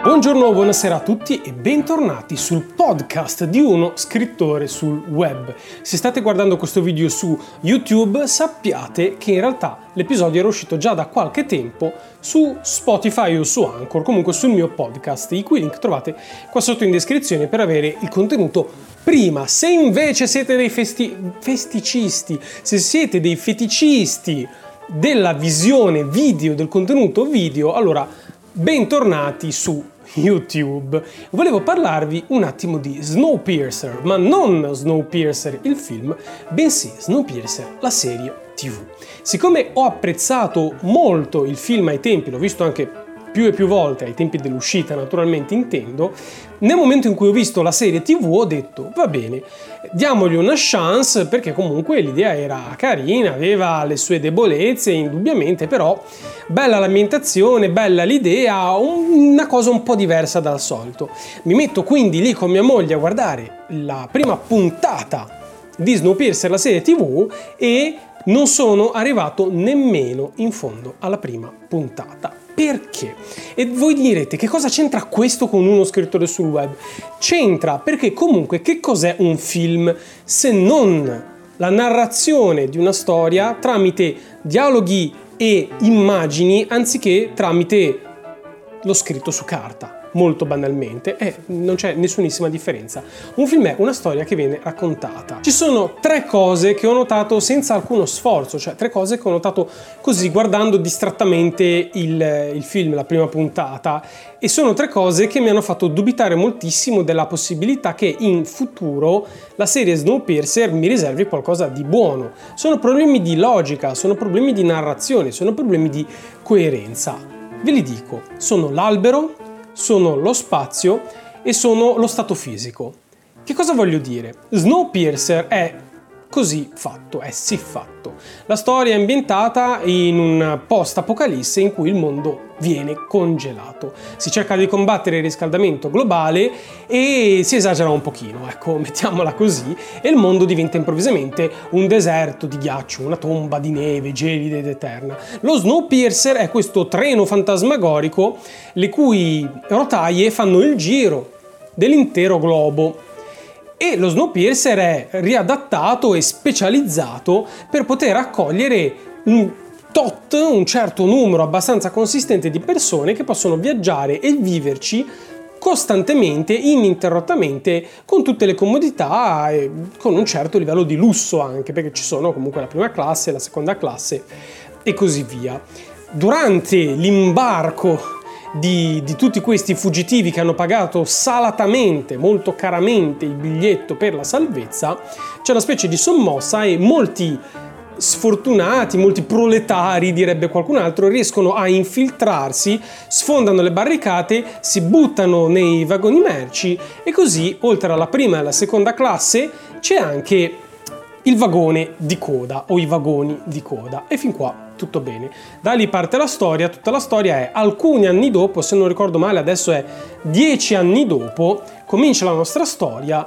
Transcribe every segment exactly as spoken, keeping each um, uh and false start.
Buongiorno, buonasera a tutti e bentornati sul podcast di uno scrittore sul web. Se state guardando questo video su YouTube, sappiate che in realtà l'episodio era uscito già da qualche tempo su Spotify o su Anchor, comunque sul mio podcast, i cui link trovate qua sotto in descrizione per avere il contenuto prima. Se invece siete dei festi- festicisti, se siete dei feticisti della visione video, del contenuto video, allora bentornati su YouTube. Volevo parlarvi un attimo di Snowpiercer, ma non Snowpiercer il film, bensì Snowpiercer la serie tivù. Siccome ho apprezzato molto il film ai tempi, l'ho visto anche più e più volte ai tempi dell'uscita, naturalmente intendo, nel momento in cui ho visto la serie tivù ho detto va bene, diamogli una chance, perché comunque l'idea era carina, aveva le sue debolezze indubbiamente, però bella l'ambientazione, bella l'idea, una cosa un po' diversa dal solito. Mi metto quindi lì con mia moglie a guardare la prima puntata di Snowpiercer la serie tivù e non sono arrivato nemmeno in fondo alla prima puntata. Perché? E voi direte, che cosa c'entra questo con uno scrittore sul web? C'entra perché comunque che cos'è un film se non la narrazione di una storia tramite dialoghi e immagini anziché tramite lo scritto su carta? Molto banalmente, e non c'è nessunissima differenza. Un film è una storia che viene raccontata. Ci sono tre cose che ho notato senza alcuno sforzo, cioè tre cose che ho notato così guardando distrattamente il, il film, la prima puntata, e sono tre cose che mi hanno fatto dubitare moltissimo della possibilità che in futuro la serie Snowpiercer mi riservi qualcosa di buono. Sono problemi di logica, sono problemi di narrazione, sono problemi di coerenza. Ve li dico, sono l'albero, sono lo spazio e sono lo stato fisico. Che cosa voglio dire? Snowpiercer è così fatto, è sì fatto. La storia è ambientata in un post-apocalisse in cui il mondo viene congelato. Si cerca di combattere il riscaldamento globale e si esagera un pochino, ecco, mettiamola così, e il mondo diventa improvvisamente un deserto di ghiaccio, una tomba di neve gelida ed eterna. Lo Snowpiercer è questo treno fantasmagorico le cui rotaie fanno il giro dell'intero globo. E lo Snowpiercer è riadattato e specializzato per poter accogliere un tot, un certo numero abbastanza consistente di persone che possono viaggiare e viverci costantemente, ininterrottamente, con tutte le comodità e con un certo livello di lusso anche, perché ci sono comunque la prima classe, la seconda classe e così via. Durante l'imbarco Di, di tutti questi fuggitivi che hanno pagato salatamente, molto caramente il biglietto per la salvezza, c'è una specie di sommossa e molti sfortunati, molti proletari, direbbe qualcun altro, riescono a infiltrarsi, sfondano le barricate, si buttano nei vagoni merci e così, oltre alla prima e alla seconda classe, c'è anche il vagone di coda o i vagoni di coda, e fin qua tutto bene. Da lì parte la storia, tutta la storia è alcuni anni dopo, se non ricordo male adesso è dieci anni dopo, comincia la nostra storia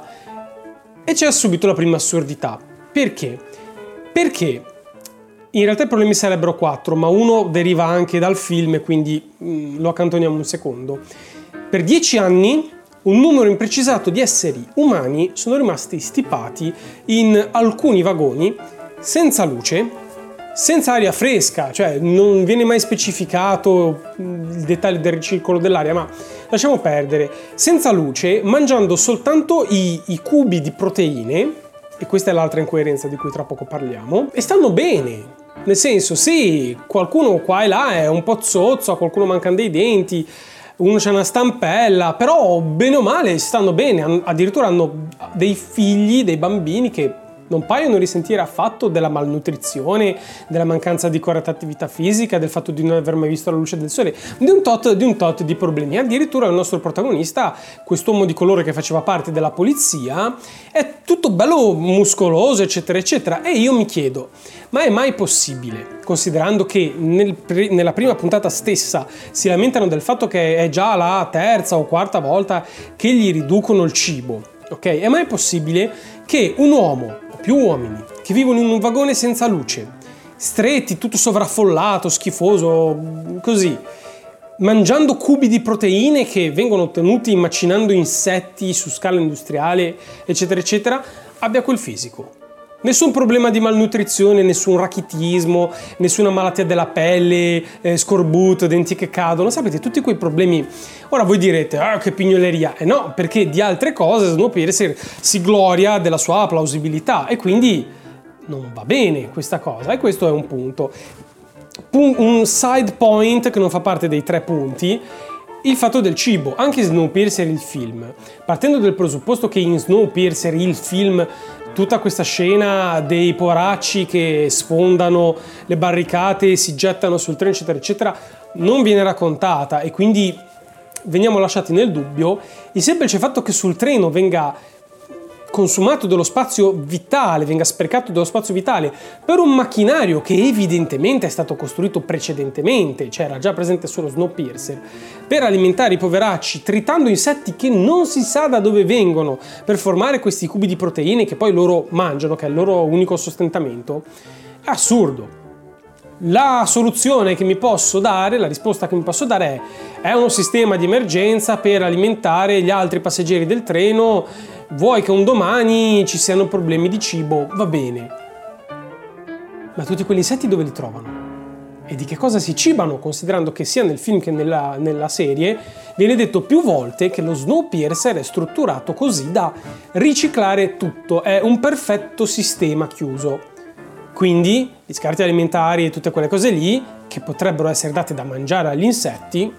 e c'è subito la prima assurdità. Perché? Perché in realtà i problemi sarebbero quattro, ma uno deriva anche dal film e quindi mh, lo accantoniamo un secondo. Per dieci anni un numero imprecisato di esseri umani sono rimasti stipati in alcuni vagoni senza luce, senza aria fresca, cioè non viene mai specificato il dettaglio del ricircolo dell'aria, ma lasciamo perdere, senza luce, mangiando soltanto i, i cubi di proteine, e questa è l'altra incoerenza di cui tra poco parliamo, e stanno bene. Nel senso, sì, qualcuno qua e là è un po' zozzo, a qualcuno mancano dei denti, uno c'ha una stampella, però bene o male stanno bene, addirittura hanno dei figli, dei bambini che non paiono risentire affatto della malnutrizione, della mancanza di corretta attività fisica, del fatto di non aver mai visto la luce del sole, di un tot di, un tot di problemi. Addirittura il nostro protagonista, quest'uomo di colore che faceva parte della polizia, è tutto bello muscoloso, eccetera, eccetera. E io mi chiedo, ma è mai possibile, considerando che nel, nella prima puntata stessa si lamentano del fatto che è già la terza o quarta volta che gli riducono il cibo, ok? È mai possibile che un uomo più uomini che vivono in un vagone senza luce, stretti, tutto sovraffollato, schifoso, così, mangiando cubi di proteine che vengono ottenuti macinando insetti su scala industriale, eccetera, eccetera, abbia quel fisico. Nessun problema di malnutrizione, nessun rachitismo, nessuna malattia della pelle, eh, scorbuto, denti che cadono, sapete, tutti quei problemi. Ora voi direte, ah, che pignoleria. Eh no, perché di altre cose Snowpiercer si gloria della sua plausibilità e quindi non va bene questa cosa, e questo è un punto. Un side point che non fa parte dei tre punti, il fatto del cibo. Anche Snowpiercer il film, partendo dal presupposto che in Snowpiercer il film tutta questa scena dei poveracci che sfondano le barricate, si gettano sul treno, eccetera, eccetera, non viene raccontata e quindi veniamo lasciati nel dubbio, il semplice fatto che sul treno venga consumato dello spazio vitale, venga sprecato dello spazio vitale per un macchinario che evidentemente è stato costruito precedentemente, cioè era già presente solo Snowpiercer, per alimentare i poveracci tritando insetti che non si sa da dove vengono per formare questi cubi di proteine che poi loro mangiano, che è il loro unico sostentamento, è assurdo. La soluzione che mi posso dare, la risposta che mi posso dare è è uno sistema di emergenza per alimentare gli altri passeggeri del treno. Vuoi che un domani ci siano problemi di cibo? Va bene. Ma tutti quegli insetti dove li trovano? E di che cosa si cibano? Considerando che sia nel film che nella, nella serie viene detto più volte che lo Snowpiercer è strutturato così da riciclare tutto. È un perfetto sistema chiuso. Quindi gli scarti alimentari e tutte quelle cose lì, che potrebbero essere date da mangiare agli insetti,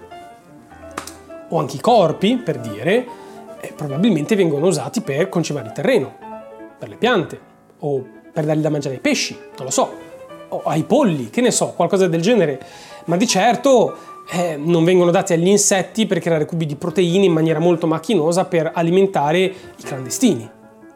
o anche i corpi, per dire, eh, probabilmente vengono usati per concimare il terreno, per le piante, o per dargli da mangiare ai pesci, non lo so, o ai polli, che ne so, qualcosa del genere. Ma di certo eh, non vengono dati agli insetti per creare cubi di proteine in maniera molto macchinosa per alimentare i clandestini.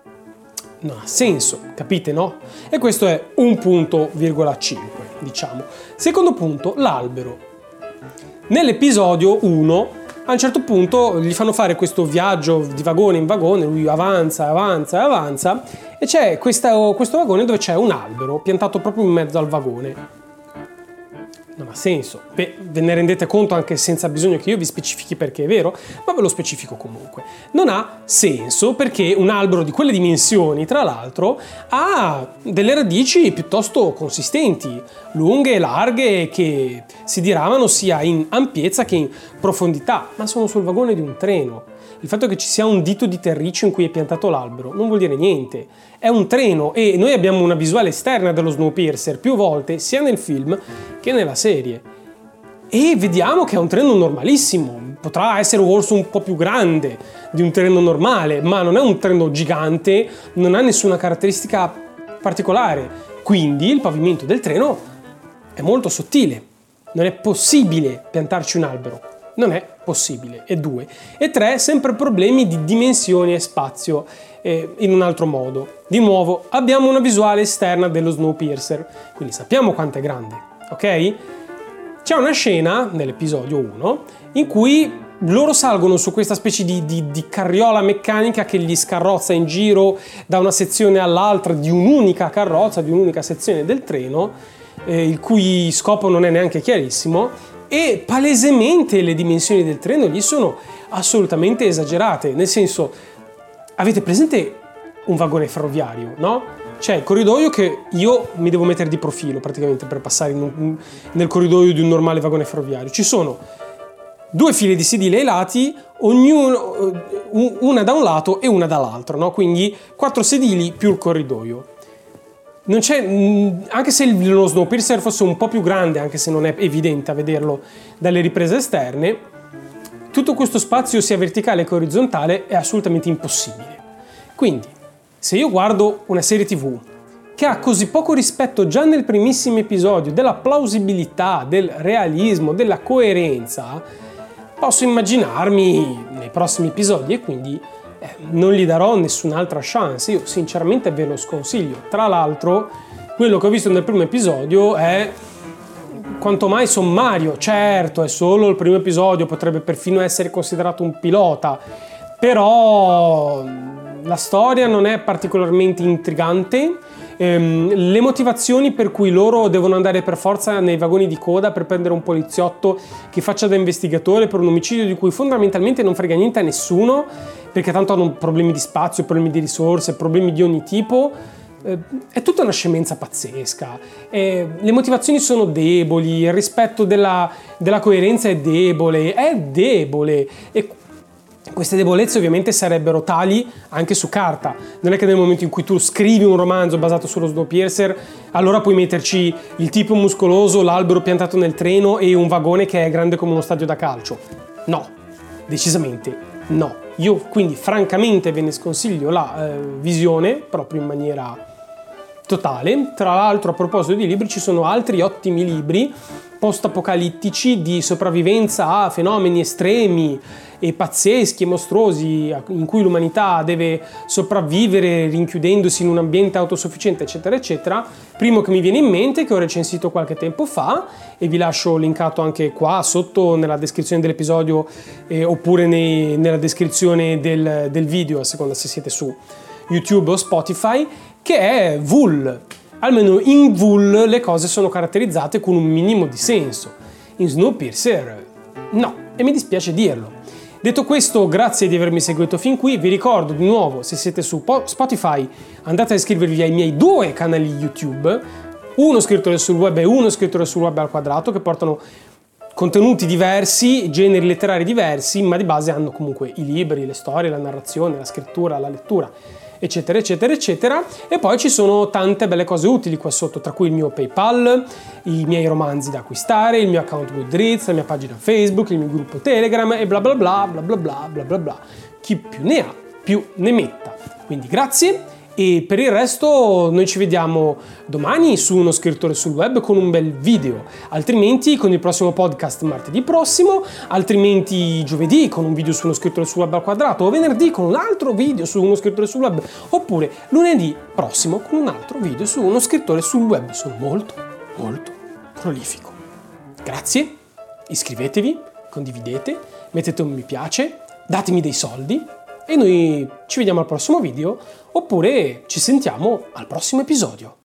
Non ha senso, capite, no? E questo è un punto virgola cinque, diciamo. Secondo punto, l'albero. Nell'episodio uno, a un certo punto gli fanno fare questo viaggio di vagone in vagone, lui avanza, avanza, avanza, e c'è questa, questo vagone dove c'è un albero piantato proprio in mezzo al vagone. Non ha senso. Beh, ve ne rendete conto anche senza bisogno che io vi specifichi perché è vero, ma ve lo specifico comunque. Non ha senso perché un albero di quelle dimensioni, tra l'altro, ha delle radici piuttosto consistenti, lunghe e larghe, che si diramano sia in ampiezza che in profondità, ma sono sul vagone di un treno. Il fatto che ci sia un dito di terriccio in cui è piantato l'albero non vuol dire niente. È un treno e noi abbiamo una visuale esterna dello Snowpiercer più volte, sia nel film che nella serie. E vediamo che è un treno normalissimo. Potrà essere forse un po' più grande di un treno normale, ma non è un treno gigante, non ha nessuna caratteristica particolare. Quindi il pavimento del treno è molto sottile. Non è possibile piantarci un albero. Non è possibile. E due. E tre, sempre problemi di dimensioni e spazio eh, in un altro modo. Di nuovo, abbiamo una visuale esterna dello Snowpiercer, quindi sappiamo quanto è grande, ok? C'è una scena, nell'episodio uno, in cui loro salgono su questa specie di, di, di carriola meccanica che li scarrozza in giro da una sezione all'altra di un'unica carrozza, di un'unica sezione del treno, eh, il cui scopo non è neanche chiarissimo, e palesemente le dimensioni del treno gli sono assolutamente esagerate, nel senso, avete presente un vagone ferroviario, no? C'è il corridoio che io mi devo mettere di profilo praticamente per passare in un, nel corridoio di un normale vagone ferroviario. Ci sono due file di sedili ai lati, ognuno, una da un lato e una dall'altro, no? Quindi quattro sedili più il corridoio. Non c'è, anche se lo Snowpiercer fosse un po' più grande, anche se non è evidente a vederlo dalle riprese esterne, tutto questo spazio sia verticale che orizzontale è assolutamente impossibile. Quindi, se io guardo una serie tivù che ha così poco rispetto già nel primissimo episodio della plausibilità, del realismo, della coerenza, posso immaginarmi nei prossimi episodi e quindi eh, non gli darò nessun'altra chance. Io sinceramente ve lo sconsiglio. Tra l'altro, quello che ho visto nel primo episodio è quanto mai sommario. Certo, è solo il primo episodio, potrebbe perfino essere considerato un pilota, però la storia non è particolarmente intrigante ehm, le motivazioni per cui loro devono andare per forza nei vagoni di coda per prendere un poliziotto che faccia da investigatore per un omicidio di cui fondamentalmente non frega niente a nessuno, perché tanto hanno problemi di spazio, problemi di risorse, problemi di ogni tipo. Eh, è tutta una scemenza pazzesca. Eh, le motivazioni sono deboli, il rispetto della, della coerenza è debole, è debole. E queste debolezze ovviamente sarebbero tali anche su carta. Non è che nel momento in cui tu scrivi un romanzo basato sullo Snowpiercer, allora puoi metterci il tipo muscoloso, l'albero piantato nel treno e un vagone che è grande come uno stadio da calcio. No, decisamente no. Io quindi francamente ve ne sconsiglio la eh, visione proprio in maniera totale. Tra l'altro, a proposito di libri, ci sono altri ottimi libri post-apocalittici di sopravvivenza a fenomeni estremi e pazzeschi e mostruosi in cui l'umanità deve sopravvivere rinchiudendosi in un ambiente autosufficiente, eccetera eccetera. Primo che mi viene in mente, che ho recensito qualche tempo fa e vi lascio linkato anche qua sotto nella descrizione dell'episodio eh, oppure nei, nella descrizione del, del video, a seconda se siete su YouTube o Spotify, che è Vul. Almeno in Vul le cose sono caratterizzate con un minimo di senso. In Snowpiercer no, e mi dispiace dirlo. Detto questo, grazie di avermi seguito fin qui. Vi ricordo di nuovo, se siete su Spotify, andate a iscrivervi ai miei due canali YouTube, uno scrittore sul web e uno scrittore sul web al quadrato, che portano contenuti diversi, generi letterari diversi, ma di base hanno comunque i libri, le storie, la narrazione, la scrittura, la lettura, eccetera eccetera eccetera. E poi ci sono tante belle cose utili qua sotto, tra cui il mio PayPal, i miei romanzi da acquistare, il mio account Goodreads, la mia pagina Facebook, il mio gruppo Telegram e bla bla bla bla bla bla bla bla bla. Chi più ne ha più ne metta. Quindi grazie, e per il resto noi ci vediamo domani su Uno Scrittore sul Web con un bel video, altrimenti con il prossimo podcast martedì prossimo, altrimenti giovedì con un video su Uno Scrittore sul Web al quadrato, o venerdì con un altro video su Uno Scrittore sul Web, oppure lunedì prossimo con un altro video su Uno Scrittore sul Web. Sono molto molto prolifico. Grazie, iscrivetevi, condividete, mettete un mi piace, datemi dei soldi e noi ci vediamo al prossimo video, oppure ci sentiamo al prossimo episodio.